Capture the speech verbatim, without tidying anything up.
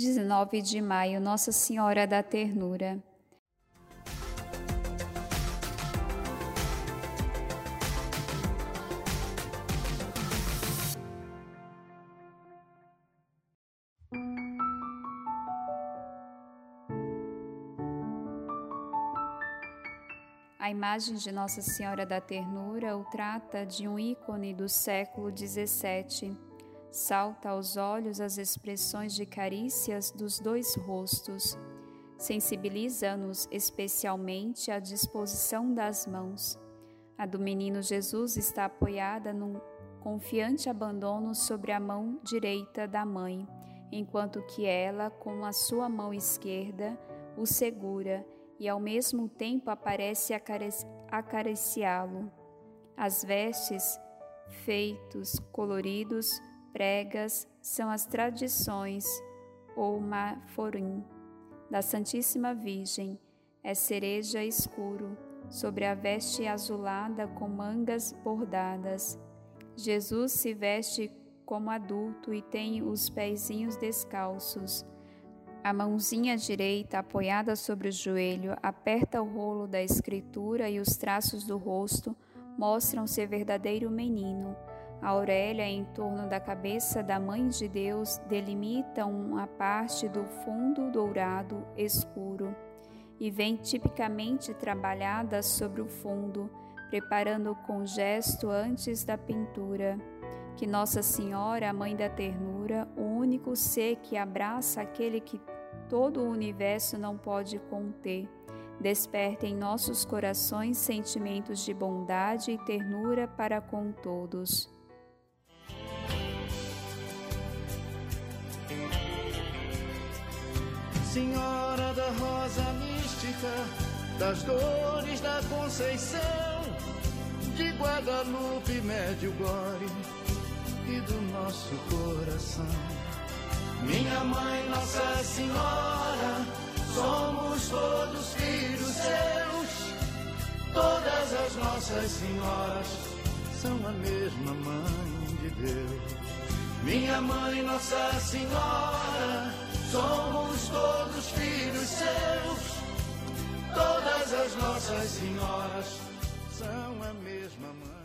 dezenove de maio, Nossa Senhora da Ternura. A imagem de Nossa Senhora da Ternura o trata de um ícone do século dezessete. Salta aos olhos as expressões de carícias dos dois rostos. Sensibiliza-nos especialmente a disposição das mãos. A do menino Jesus está apoiada num confiante abandono sobre a mão direita da mãe, enquanto que ela, com a sua mão esquerda, o segura e ao mesmo tempo aparece acariciá-lo. As vestes, feitos coloridos, pregas, são as tradições ou maforim da Santíssima Virgem. É cereja escuro, sobre a veste azulada com mangas bordadas. Jesus se veste como adulto e tem os pezinhos descalços. A mãozinha direita, apoiada sobre o joelho, aperta o rolo da escritura e os traços do rosto mostram ser verdadeiro menino. A aurélia em torno da cabeça da Mãe de Deus delimita uma parte do fundo dourado escuro e vem tipicamente trabalhada sobre o fundo, preparando com gesto antes da pintura. Que Nossa Senhora, a Mãe da Ternura, o único ser que abraça aquele que todo o universo não pode conter, desperte em nossos corações sentimentos de bondade e ternura para com todos. Senhora da Rosa Mística, das dores da Conceição, de Guadalupe, Medjugorje e do nosso coração. Minha Mãe, Nossa Senhora, somos todos filhos seus. Todas as nossas senhoras são a mesma Mãe de Deus. Minha Mãe, Nossa Senhora, somos todos filhos seus. Todas as nossas senhoras são a mesma Mãe.